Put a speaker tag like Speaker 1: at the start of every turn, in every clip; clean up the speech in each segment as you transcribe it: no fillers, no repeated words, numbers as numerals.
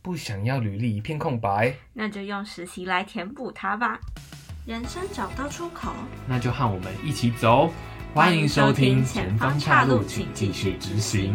Speaker 1: 不想要履历一片空白，
Speaker 2: 那就用实习来填补它吧。人生找不到出口，
Speaker 1: 那就和我们一起走。欢迎收听前方岔路，请继续直行。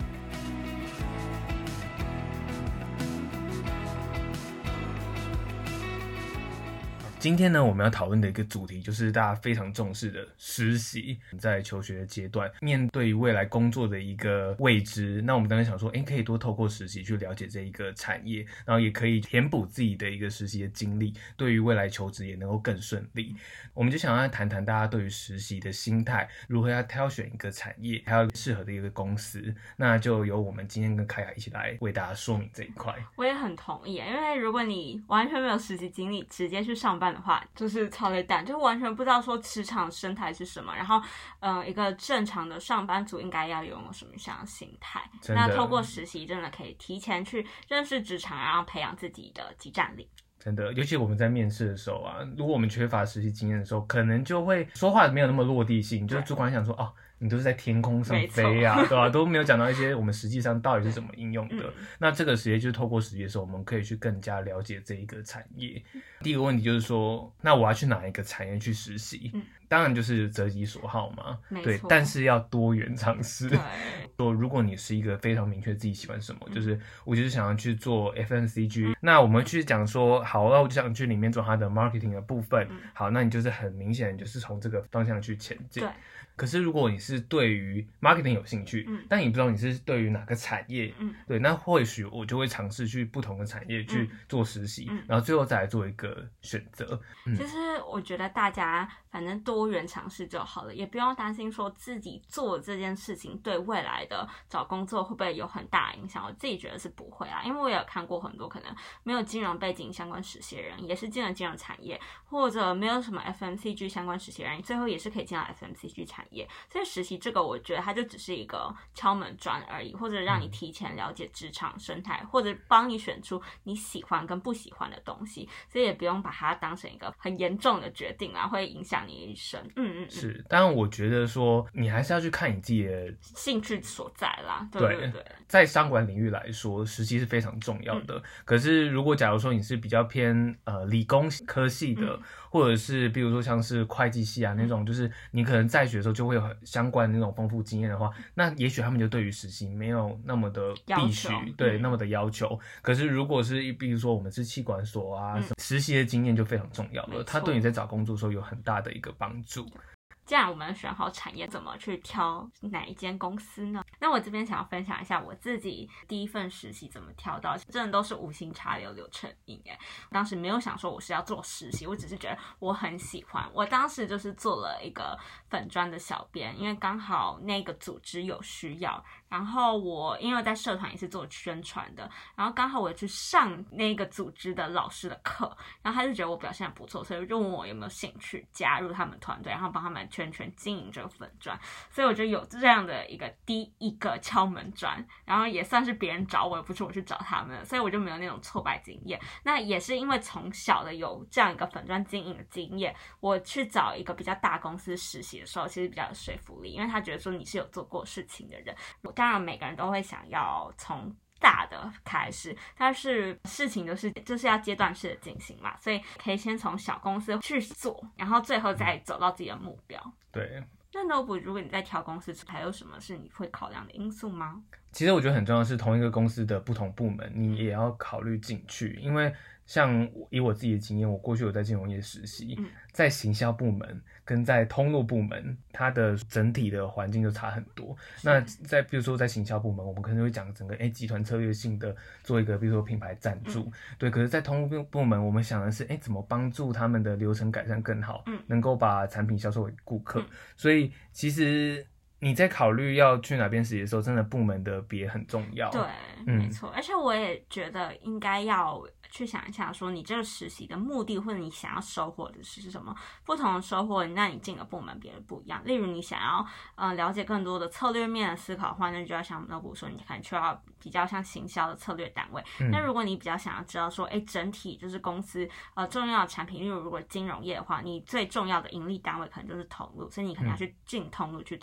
Speaker 1: 今天呢，我们要讨论的一个主题就是大家非常重视的实习。在求学的阶段，面对未来工作的一个未知，那我们当然想说，可以多透过实习去了解这一个产业，然后也可以填补自己的一个实习的经历，对于未来求职也能够更顺利。我们就想要谈谈大家对于实习的心态，如何要挑选一个产业，还有适合的一个公司。那就由我们今天跟凯雅一起来为大家说明这一块。
Speaker 2: 我也很同意，因为如果你完全没有实习经历，直接去上班的话，就是超累蛋，就完全不知道说职场生态是什么，然后一个正常的上班族应该要拥有什么样的心态。那透过实习真的可以提前去认识职场，然后培养自己的即战力。
Speaker 1: 真的，尤其我们在面试的时候啊，如果我们缺乏实习经验的时候，可能就会说话没有那么落地性，就是主管想说哦，你都是在天空上飞啊，对吧？都没有讲到一些我们实际上到底是怎么应用的。那这个实习就是透过实习的时候，我们可以去更加了解这一个产业。第一个问题就是说，那我要去哪一个产业去实习？当然就是择己所好嘛，对，但是要多元尝试。说如果你是一个非常明确自己喜欢什么，就是我就是想要去做 FMCG，那我们去讲说，好，那我就想去里面做它的 marketing 的部分。好，那你就是很明显就是从这个方向去前进。对。可是如果你是对于 marketing 有兴趣，但你不知道你是对于哪个产业，对，那或许我就会尝试去不同的产业去做实习，然后最后再来做一个选择。
Speaker 2: 其实我觉得大家反正多元尝试就好了，也不用担心说自己做这件事情对未来的找工作会不会有很大影响。我自己觉得是不会啦，因为我也有看过很多可能没有金融背景相关实习的人，也是进了金融产业，或者没有什么 FMCG 相关实习的人，最后也是可以进到 FMCG 产业。所以实习这个我觉得它就只是一个敲门砖而已，或者让你提前了解职场生态，或者帮你选出你喜欢跟不喜欢的东西，所以也不用把它当成一个很严重的决定啊，会影响你一生。
Speaker 1: 是，当然我觉得说你还是要去看你自己的
Speaker 2: 兴趣所在啦。对，
Speaker 1: 在商管领域来说，实习是非常重要的。可是如果假如说你是比较偏理工科系的，或者是比如说像是会计系啊那种，就是你可能在学的时候就会有很相关的那种丰富经验的话，那也许他们就对于实习没有那么的必须，对，那么的要求。可是如果是比如说我们是企管所啊，实习的经验就非常重要了，它对你在找工作的时候有很大的一个帮助。
Speaker 2: 既然我们选好产业，怎么去挑哪一间公司呢？那我这边想要分享一下我自己第一份实习怎么挑到，真的都是无心插柳柳成荫当时没有想说我是要做实习，我只是觉得我很喜欢。我当时就是做了一个粉专的小编，因为刚好那个组织有需要，然后我因为在社团也是做宣传的，然后刚好我去上那个组织的老师的课，然后他就觉得我表现不错，所以就问我有没有兴趣加入他们团队，然后帮他们全经营这个粉专。所以我就有这样的一个第一个敲门砖，然后也算是别人找我，不是我去找他们，所以我就没有那种挫败经验。那也是因为从小的有这样一个粉专经营的经验，我去找一个比较大公司实习的时候，其实比较有说服力，因为他觉得说你是有做过事情的人。当然每个人都会想要从大的开始，但是事情就是要阶段式的进行嘛，所以可以先从小公司去做，然后最后再走到自己的目标。
Speaker 1: 对。
Speaker 2: 那 Nobu 如果你在挑公司，还有什么是你会考量的因素吗？
Speaker 1: 其实我觉得很重要的是同一个公司的不同部门你也要考虑进去，因为像以我自己的经验，我过去有在金融业实习，在行销部门跟在通路部门它的整体的环境就差很多。那比如说在行销部门，我们可能会讲整个集团策略性的做一个比如说品牌赞助，对，可是在通路部门我们想的是怎么帮助他们的流程改善更好，能够把产品销售给顾客。所以其实你在考虑要去哪边实习的时候，真的部门的别很重要。
Speaker 2: 对，没错。而且我也觉得应该要去想一下，说你这个实习的目的或者你想要收获的是什么。不同的收获，那你进了部门别的不一样。例如你想要了解更多的策略面的思考的话，那就要像Nobu说，你可能就要比较像行销的策略单位。那如果你比较想要知道说，整体就是公司重要的产品，例如如果金融业的话，你最重要的盈利单位可能就是通路，所以你可能要去进通路去做一些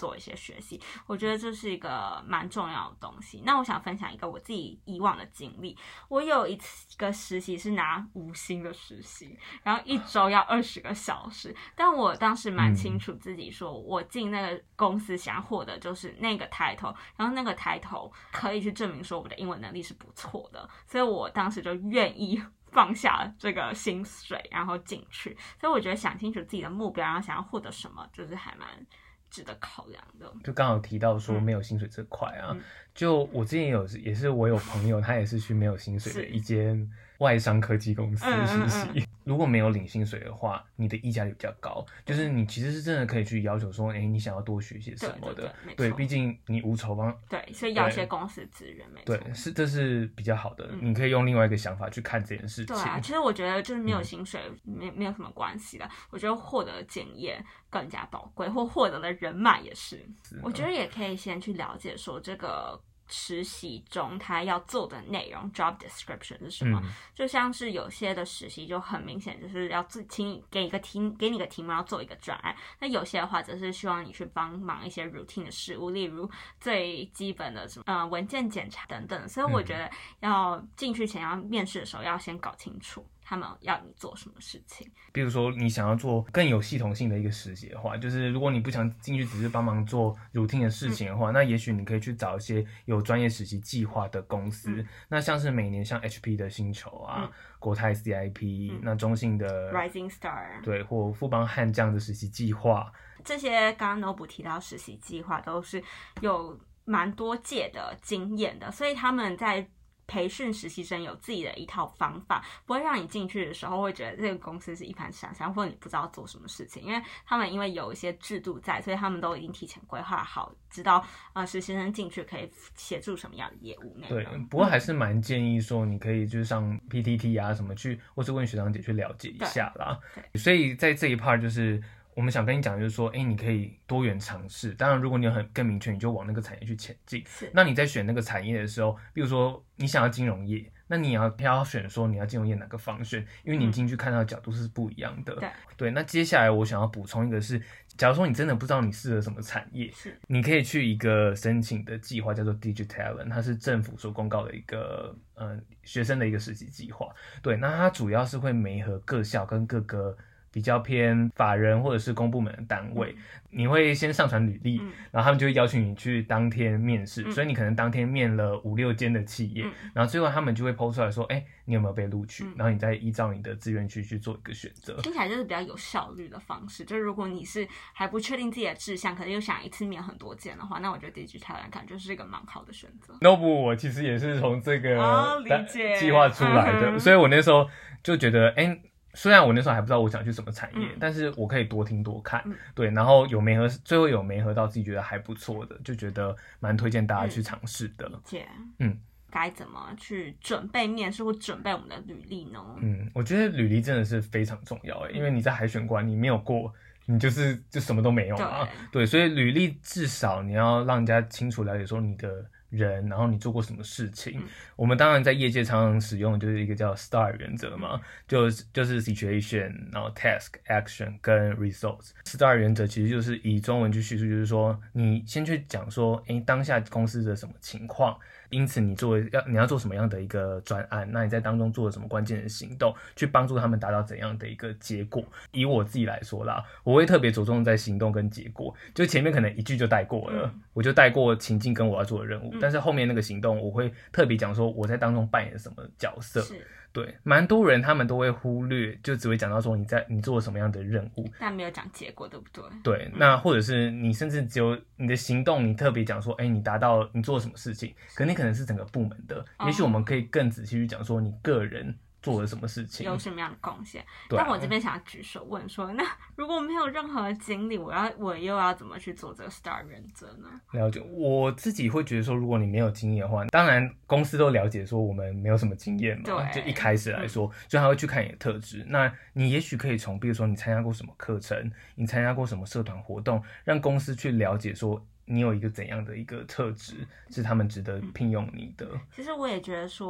Speaker 2: 学习，我觉得这是一个蛮重要的东西。那我想分享一个我自己以往的经历，我有一个实习是拿5薪的实习，然后1周要20个小时，但我当时蛮清楚自己说，我进那个公司想要获得就是那个 title， 然后那个 title 可以去证明说我的英文能力是不错的，所以我当时就愿意放下这个薪水，然后进去。所以我觉得想清楚自己的目标，然后想要获得什么，就是还蛮值得考量的。
Speaker 1: 就刚好提到说没有薪水这块啊，就我之前也是我有朋友，他也是去没有薪水的一间外商科技公司实习。如果没有领薪水的话，你的溢价率比较高，就是你其实是真的可以去要求说，你想要多学些什么的。对，毕竟你无酬帮。
Speaker 2: 对，所以要一些公司资源，没错。
Speaker 1: 对，这是比较好的，你可以用另外一个想法去看这件事情。
Speaker 2: 对啊，其实我觉得就是没有薪水没有什么关系的，我觉得获得的经验更加宝贵，或获得的人脉也是。我觉得也可以先去了解说这个实习中他要做的内容 job description 是什么。就像是有些的实习就很明显就是要请你给你个题目要做一个专案，那有些的话则是希望你去帮忙一些 routine 的事务，例如最基本的什么文件检查等等。所以我觉得要进去前要面试的时候要先搞清楚他们要你做什么事情。
Speaker 1: 比如说你想要做更有系统性的一个实习的话，就是如果你不想进去只是帮忙做 routine 的事情的话，那也许你可以去找一些有专业实习计划的公司。那像是每年像 HP 的星球啊，国泰 CIP，那中信的
Speaker 2: Rising Star，
Speaker 1: 对，或富邦悍将的实习计划，
Speaker 2: 这些刚刚 Nobu 提到实习计划都是有蛮多届的经验的，所以他们在培训实习生有自己的一套方法，不会让你进去的时候会觉得这个公司是一盘散沙，或者你不知道做什么事情。因为他们因为有一些制度在，所以他们都已经提前规划好，知道实习生进去可以协助什么样的业务内容。
Speaker 1: 对，不过还是蛮建议说你可以就是上 PTT 啊什么去，或是问学长姐去了解一下啦。所以在这一 part 就是我们想跟你讲，就是说，你可以多元尝试。当然，如果你有更明确，你就往那个产业去前进。那你在选那个产业的时候，比如说你想要金融业，那你也要挑选说你要金融业哪个方向，因为你进去看到的角度是不一样的。对。那接下来我想要补充一个是，假如说你真的不知道你适合什么产业，你可以去一个申请的计划叫做 Digitalent， 它是政府所公告的一个学生的一个实习计划。对，那它主要是会媒合各校跟各个比较偏法人或者是公部门的单位，你会先上传履历，然后他们就会邀请你去当天面试，所以你可能当天面了5-6间的企业，然后最后他们就会 po 出来说，你有没有被录取，然后你再依照你的志愿区去做一个选择。
Speaker 2: 听起来就是比较有效率的方式，就是如果你是还不确定自己的志向，可是又想一次面很多间的话，那我觉得 Digitalent 感觉是一个蛮好的选择。
Speaker 1: Nobu 我其实也是从这个计划出来的，所以我那时候就觉得虽然我那时候还不知道我想去什么产业，但是我可以多听多看，对，然后最后有媒合到自己觉得还不错的，就觉得蛮推荐大家去尝试的。
Speaker 2: 该怎么去准备面试或准备我们的履历呢？
Speaker 1: 我觉得履历真的是非常重要，因为你在海选官你没有过，你就什么都没有嘛。对，所以履历至少你要让人家清楚了解说你的人，然后你做过什么事情。我们当然在业界常常使用的就是一个叫 STAR 原则嘛，就是 situation， 然后 task action 跟 results。 STAR 原则其实就是以中文去叙述，就是说你先去讲说当下公司的什么情况，因此你要做什么样的一个专案，那你在当中做了什么关键的行动，去帮助他们达到怎样的一个结果。以我自己来说啦，我会特别着重在行动跟结果，就前面可能一句就带过了，我就带过情境跟我要做的任务，但是后面那个行动我会特别讲说我在当中扮演什么角色。对，蛮多人他们都会忽略，就只会讲到说你做了什么样的任务，
Speaker 2: 但没有讲结果，对不对？
Speaker 1: 对，那或者是你甚至只有你的行动，你特别讲说，你你做了什么事情，可你可能是整个部门的，也许我们可以更仔细去讲说你个人做了什么事情，
Speaker 2: 有什么样的贡献。但我这边想要举手问说，那如果没有任何经历，我又要怎么去做这个 STAR 原则呢？
Speaker 1: 了解，我自己会觉得说，如果你没有经验的话，当然公司都了解说我们没有什么经验嘛，就一开始来说，所以他会去看你的特质。那你也许可以从比如说你参加过什么课程，你参加过什么社团活动，让公司去了解说你有一个怎样的一个特质是他们值得聘用你的。
Speaker 2: 其实我也觉得说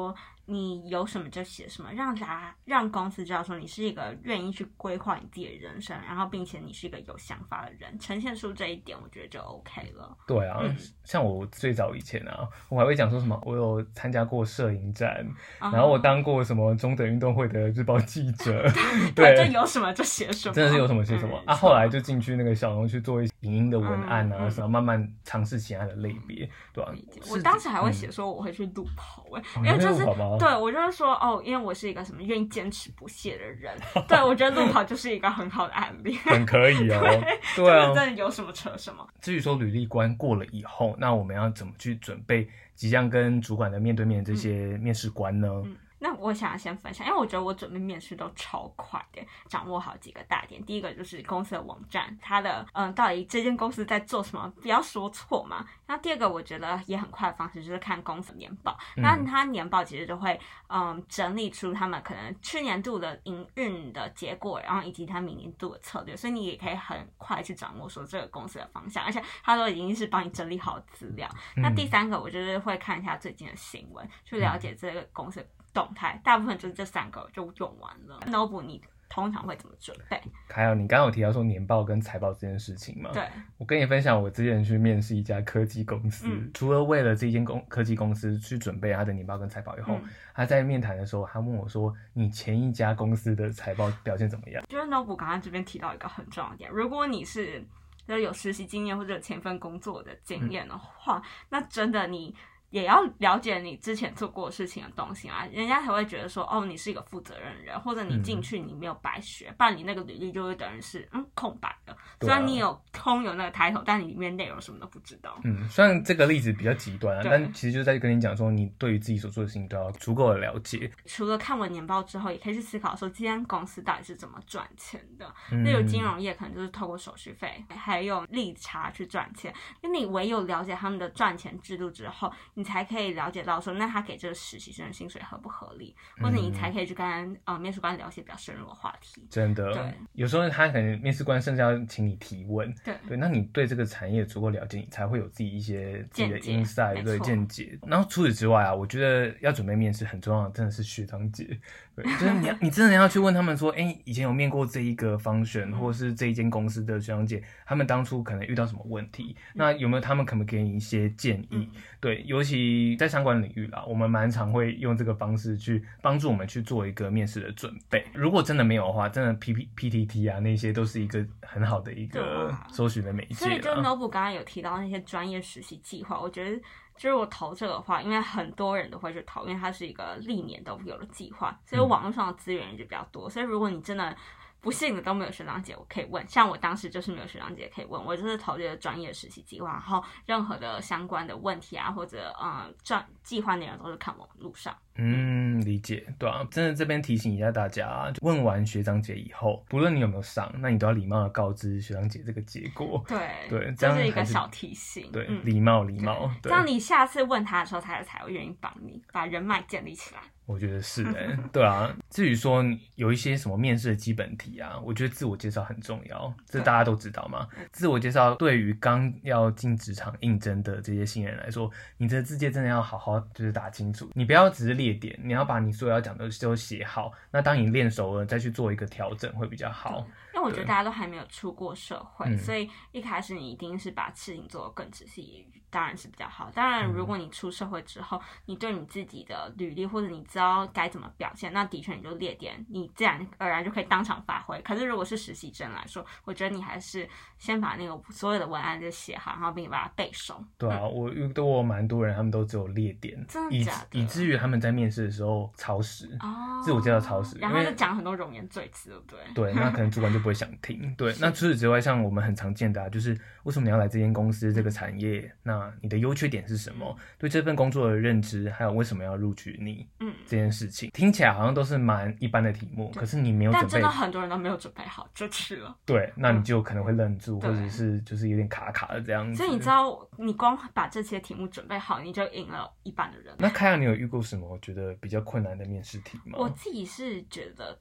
Speaker 2: 你有什么就写什么，让公司知道说你是一个愿意去规划你自己的人生，然后并且你是一个有想法的人，呈现出这一点，我觉得就 OK 了。
Speaker 1: 对啊，像我最早以前啊，我还会讲说什么，我有参加过摄影展，然后我当过什么中等运动会的日报记者，
Speaker 2: 对，就有什么就写什么，
Speaker 1: 真的是有什么写什么啊。后来就进去那个小农去做一些影音的文案啊，然后慢慢尝试其他的类别，对吧？
Speaker 2: 我当时还会写说我会去路跑，因为就是对我就是说因为我是一个什么愿意坚持不懈的人，对我觉得路跑就是一个很好的案例，
Speaker 1: 很可以哦。对啊，
Speaker 2: 真的有什么扯什么。
Speaker 1: 至于说履历关过了以后，那我们要怎么去准备即将跟主管的面对面这些面试官呢？
Speaker 2: 那我想要先分享，因为我觉得我准备面试都超快的，掌握好几个大点。第一个就是公司的网站，它的到底这间公司在做什么，不要说错嘛。那第二个我觉得也很快的方式就是看公司年报，那它年报其实就会整理出他们可能去年度的营运的结果，然后以及他明年度的策略，所以你也可以很快去掌握说这个公司的方向，而且它都已经是帮你整理好资料。那第三个我就是会看一下最近的新闻，去了解这个公司的动态，大部分就是这3个就用完了。Nobu， 你通常会怎么准备？
Speaker 1: 还有你刚刚有提到说年报跟财报这件事情吗？
Speaker 2: 对，
Speaker 1: 我跟你分享，我之前去面试一家科技公司，除了为了这间科技公司去准备他的年报跟财报以后，他在面谈的时候，他问我说：“你前一家公司的财报表现怎么样？”
Speaker 2: 就是 Nobu 刚刚这边提到一个很重要的点，如果你是有实习经验或者有前份工作的经验的话，那真的你也要了解你之前做过的事情的东西啊，人家才会觉得说你是一个负责任人，或者你进去你没有白学，不然你那个履历就会等于是空白的。虽然你有那个抬头，但你里面内容什么都不知道。
Speaker 1: 虽然这个例子比较极端但其实就在跟你讲说，你对于自己所做的事情都要足够的了解。除
Speaker 2: 了看完年报之后，也可以去思考说，这间公司到底是怎么赚钱的。例如金融业可能就是透过手续费，还有利差去赚钱。因为你唯有了解他们的赚钱制度之后，你才可以了解到说，那他给这个实习生的薪水合不合理，或者你才可以去跟面试官聊一些比较深入的话题。
Speaker 1: 真的，对，有时候他可能面试官甚至要请你提问，对，那你对这个产业足够了解，你才会有自己一些自己的 insight 对见解。然后除此之外啊，我觉得要准备面试很重要的真的是学长姐，对，就是你真的要去问他们说，以前有面过这一个function，或是这一间公司的学长姐，他们当初可能遇到什么问题，那有没有他们可不可以给你一些建议？对，尤其在相关领域啦，我们蛮常会用这个方式去帮助我们去做一个面试的准备。如果真的没有的话，真的 PTT 啊那些都是一个很好的一个搜寻的媒介。
Speaker 2: 所以就 Nobu 刚刚有提到那些专业实习计划，我觉得就是我投这个的话，因为很多人都会去投，因为它是一个历年都有的计划，所以网络上的资源就比较多。所以如果你真的不幸的都没有学长姐，我可以问，像我当时就是没有学长姐可以问，我就是投这个专业实习计划，然后任何的相关的问题啊，或者计划内容都是看网络上。
Speaker 1: 理解，对啊，真的这边提醒一下大家，问完学长姐以后，不论你有没有上，那你都要礼貌的告知学长姐这个结果。对，
Speaker 2: 这是一个小提醒。
Speaker 1: 对，礼貌，
Speaker 2: 这样你下次问他的时候，他才会愿意帮你把人脉建立起来。
Speaker 1: 我觉得是对啊。至于说有一些什么面试的基本题啊，我觉得自我介绍很重要，这大家都知道嘛。自我介绍对于刚要进职场应征的这些新人来说，你的字界真的要好好就是打清楚，你不要只是列点，你要把你所有要讲的都写好。那当你练熟了，再去做一个调整会比较好。
Speaker 2: 因为我觉得大家都还没有出过社会，所以一开始你一定是把事情做得更仔细，当然是比较好。当然，如果你出社会之后，你对你自己的履历或者你知道该怎么表现，那的确你就列点，你自然而然就可以当场发挥。可是如果是实习生来说，我觉得你还是先把那个所有的文案就写好，然后并且把它背熟。对啊，
Speaker 1: 我遇到过蛮多人，他们都只有列点，
Speaker 2: 真的假的？
Speaker 1: 以至于他们在面试的时候超时，自我介绍超时，
Speaker 2: 然后就讲很多冗言赘词，对不对？
Speaker 1: 对，那可能主管就不会想听。对，那除此之外，像我们很常见的就是为什么你要来这间公司这个产业？那你的优缺点是什么？对这份工作的认知，还有为什么要录取你？这件事情听起来好像都是蛮一般的题目，可是你没有准备，
Speaker 2: 但真的很多人都没有准备好就去了。
Speaker 1: 对，那你就可能会愣住，或者是就是有点卡卡的这样子。
Speaker 2: 所以你知道，你光把这些题目准备好，你就赢了一半的人。
Speaker 1: 那凯亚，你有遇过什么我觉得比较困难的面试题吗？
Speaker 2: 我自己是觉得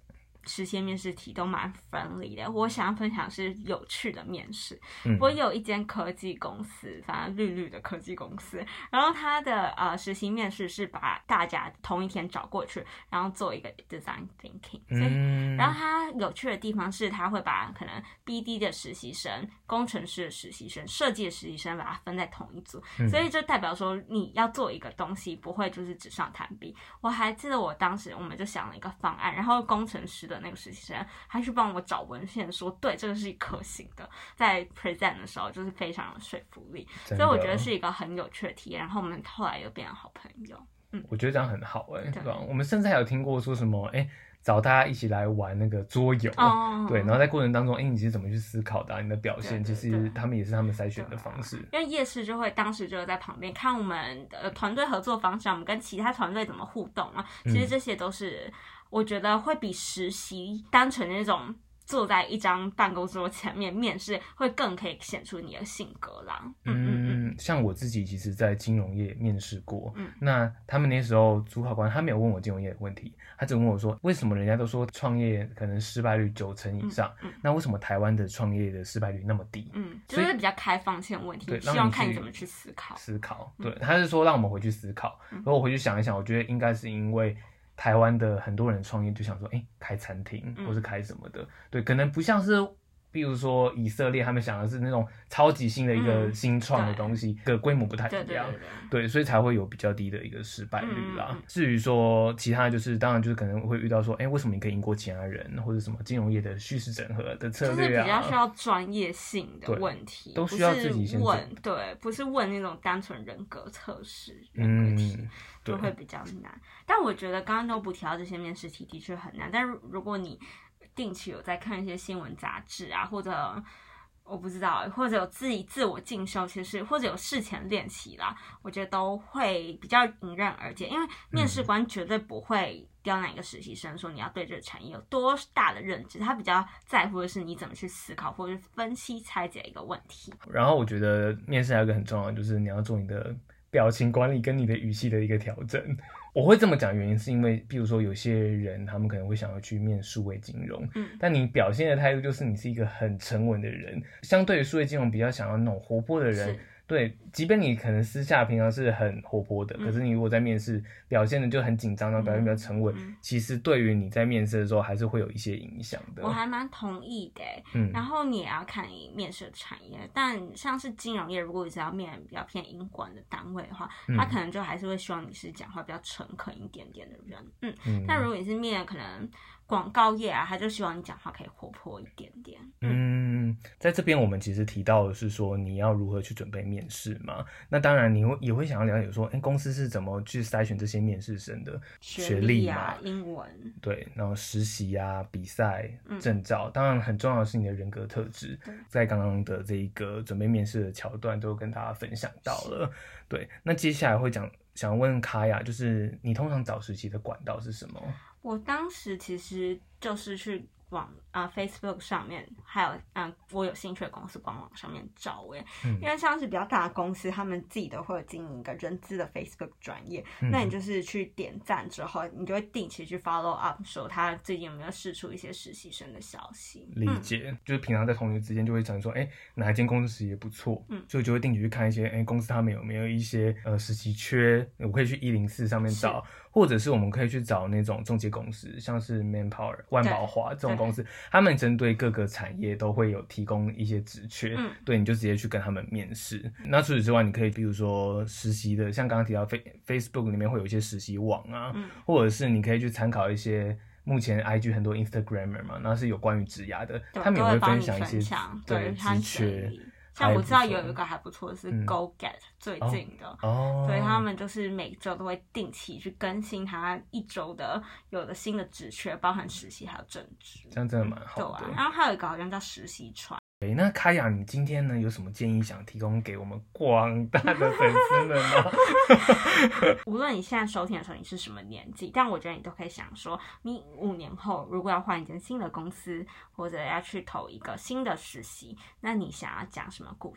Speaker 2: 实习面试题都蛮 friendly 的。我想要分享是有趣的面试。我有一间科技公司，反正绿绿的科技公司，然后它的实习面试是把大家同一天找过去，然后做一个 design thinking。然后它有趣的地方是，它会把可能 BD 的实习生、工程师的实习生、设计的实习生把它分在同一组，所以就代表说你要做一个东西，不会就是纸上谈兵。我还记得我当时我们就想了一个方案，然后工程师的那个实习生他去帮我找文献说对这个是可行的，在 present 的时候就是非常有说服力，所以我觉得是一个很有趣的体验，然后我们后来又变成好朋友。
Speaker 1: 我觉得这样很好对吧？我们甚至还有听过说什么找大家一起来玩那个桌游，对，然后在过程当中你是怎么去思考的你的表现，其实他们也是他们筛选的方式。
Speaker 2: 因为夜市就会当时就在旁边看我们的团队合作方向，我们跟其他团队怎么互动啊，其实这些都是我觉得会比实习单纯那种坐在一张办公桌前面面试会更可以显出你的性格啦。
Speaker 1: 像我自己其实在金融业面试过，那他们那时候主考官他没有问我金融业的问题，他只问我说为什么人家都说创业可能失败率90%以上，那为什么台湾的创业的失败率那么低？
Speaker 2: 就是比较开放性的问题，希望看你怎么去思考。
Speaker 1: 对，他是说让我们回去思考，然后我回去想一想，我觉得应该是因为台湾的很多人创业就想说开餐厅或是开什么的，对，可能不像是比如说以色列他们想的是那种超级新的一个新创的东西，个规模不太一样，对，所以才会有比较低的一个失败率啦。至于说其他就是当然就是可能会遇到说为什么你可以赢过其他人，或者什么金融业的虚实整合的策略啊，就是
Speaker 2: 比较需要专业性的问题，
Speaker 1: 都需要自己先
Speaker 2: 问，对，不是问那种单纯人格测试人格题，就会比较难。但我觉得刚刚都不提到这些面试题的确很难，但如果你定期有在看一些新闻杂志啊，或者我不知道，或者有自己自我进修，其实或者有事前练习啦，我觉得都会比较迎刃而解。因为面试官绝对不会刁难一个实习生说你要对这个产业有多大的认知，他比较在乎的是你怎么去思考或者分析拆解一个问题。
Speaker 1: 然后我觉得面试还有一个很重要的就是你要做你的表情管理跟你的语气的一个调整。我会这么讲的原因是因为比如说有些人他们可能会想要去面数位金融，但你表现的态度就是你是一个很沉稳的人，相对于数位金融比较想要那种活泼的人，对，即便你可能私下平常是很活泼的，可是你如果在面试表现的就很紧张，然后表现比较沉稳，其实对于你在面试的时候还是会有一些影响的。
Speaker 2: 我还蛮同意的然后你也要看你面试的产业，但像是金融业，如果你是要面比较偏英管的单位的话，他可能就还是会希望你是讲话比较诚恳一点点的人，但如果你是面可能广告业啊，他就希望你讲话可以活泼一点点。
Speaker 1: 在这边我们其实提到的是说你要如何去准备面试嘛，那当然你也会想要了解说公司是怎么去筛选这些面试生的学历嘛，
Speaker 2: 英文，
Speaker 1: 对，然后实习啊、比赛、证照，当然很重要的是你的人格特质，在刚刚的这一个准备面试的桥段都跟大家分享到了。对，那接下来会想问卡雅，就是你通常找实习的管道是什么？
Speaker 2: 我当时其实就是去往Facebook 上面，还有我有兴趣的公司官网上面找因为像是比较大的公司，他们自己都会有经营一个人资的 Facebook 专页，那你就是去点赞之后，你就会定期去 follow up， 说他最近有没有释出一些实习生的消息。
Speaker 1: 理解，就是平常在同学之间就会讲说，哪一间公司实习也不错，所以就会定期去看一些，公司他们有没有一些实习缺，我可以去104上面找，或者是我们可以去找那种中介公司，像是 Manpower、万宝华这种公司，他们针对各个产业都会有提供一些职缺，对，你就直接去跟他们面试。那除此之外，你可以比如说实习的，像刚刚提到 Facebook 里面会有一些实习网啊，或者是你可以去参考一些目前 IG 很多 Instagrammer 嘛，那是有关于职涯的，他们也会分享一些对职缺。
Speaker 2: 像我知道有一个还不错的是 GoGet 最近的，所以他们就是每周都会定期去更新他一周的有的新的职缺，包含实习还有正职，
Speaker 1: 这样真的蛮好的。
Speaker 2: 然后还有一个好像叫实习传。
Speaker 1: 那卡雅，你今天呢有什么建议想提供给我们广大的粉丝们吗？
Speaker 2: 无论你现在收听的时候你是什么年纪，但我觉得你都可以想说，你5年后如果要换一间新的公司，或者要去投一个新的实习，那你想要讲什么故事？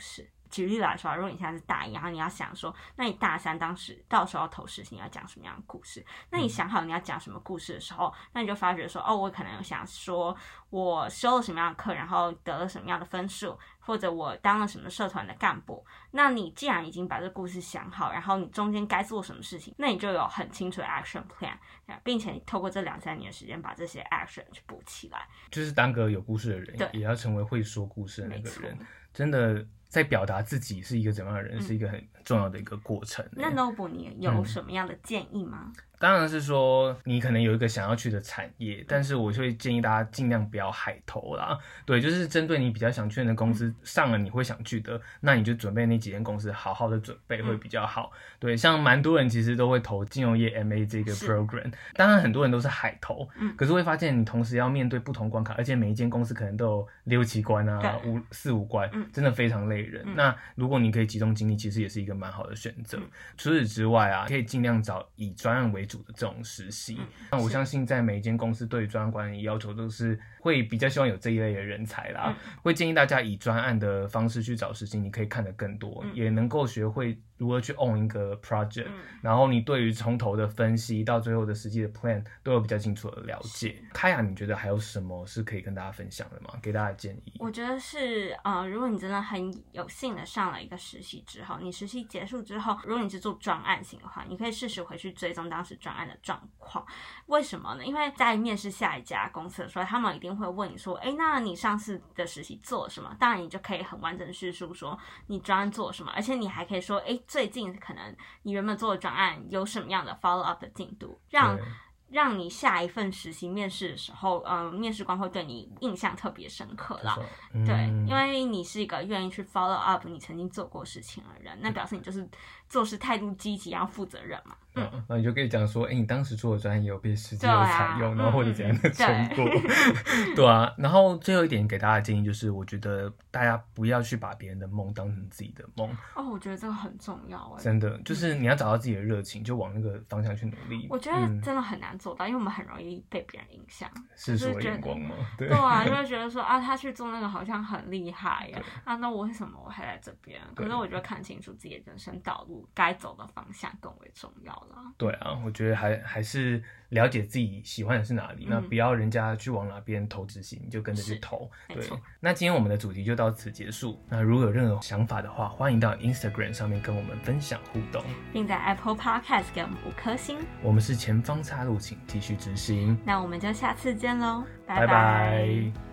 Speaker 2: 举例来说，如果你现在是大一，然后你要想说，那你大三到时候要投实习，你要讲什么样的故事？那你想好你要讲什么故事的时候，那你就发觉说，哦，我可能想说我修了什么样的课，然后得了什么样的分数，或者我当了什么社团的干部。那你既然已经把这个故事想好，然后你中间该做什么事情，那你就有很清楚的 action plan， 并且你透过这2-3年的时间把这些 action 去补起来。
Speaker 1: 就是当个有故事的人，也要成为会说故事的那个人。真的在表达自己是一个怎么样的人，是一个很重要的一个过程。
Speaker 2: 那 Noble 你有什么样的建议吗？
Speaker 1: 当然是说你可能有一个想要去的产业，但是我就会建议大家尽量不要海投啦。对，就是针对你比较想去的公司上了你会想去的，那你就准备那几间公司好好的准备会比较好。对，像蛮多人其实都会投金融业 MA 这个 program， 当然很多人都是海投，可是会发现你同时要面对不同关卡，而且每一间公司可能都有6-7关啊，4-5关，真的非常累人。那如果你可以集中精力，其实也是一个蛮好的选择。除此之外啊，可以尽量找以专案为主的这种实习。那我相信在每一间公司对于专案管理要求都是会比较希望有这一类的人才啦。会建议大家以专案的方式去找实习，你可以看得更多，也能够学会如何去 own 一个 project，然后你对于从头的分析到最后的实际的 plan 都有比较清楚的了解。开雅，你觉得还有什么是可以跟大家分享的吗？给大家的建议？
Speaker 2: 我觉得是如果你真的很有幸的上了一个实习之后，你实习结束之后，如果你是做专案型的话，你可以适时回去追踪当时专案的状况。为什么呢？因为在面试下一家公司的时候，他们一定会问你说，那你上次的实习做了什么？当然你就可以很完整叙述说你专案做了什么，而且你还可以说最近可能你原本做的专案有什么样的 follow up 的进度，让你下一份实习面试的时候，面试官会对你印象特别深刻啦。对，因为你是一个愿意去 follow up 你曾经做过事情的人，那表示你就是做事态度积极，然后负责任嘛。
Speaker 1: 那你就可以讲说，你当时做的专案也有被实际的采用，然后或者怎样的成果。对啊，然后最后一点给大家的建议就是，我觉得大家不要去把别人的梦当成自己的梦。
Speaker 2: 我觉得这个很重要
Speaker 1: 真的，就是你要找到自己的热情，就往那个方向去努力。
Speaker 2: 我觉得真的很难做到，因为我们很容易被别人影响，
Speaker 1: 世俗的眼光嘛。对
Speaker 2: 啊，就会觉得说他去做那个好像很厉害呀，那我为什么我还在这边？可是我觉得看清楚自己的人生道路该走的方向更为重要啦。
Speaker 1: 对啊，我觉得还是了解自己喜欢的是哪里，那不要人家去往哪边投资性，你就跟着去投。对，那今天我们的主题就到此结束。那如果有任何想法的话，欢迎到 Instagram 上面跟我们分享互动，
Speaker 2: 并在 Apple Podcast 给我们5颗星。
Speaker 1: 我们是前方岔路，请继续执行。
Speaker 2: 那我们就下次见喽，拜
Speaker 1: 拜。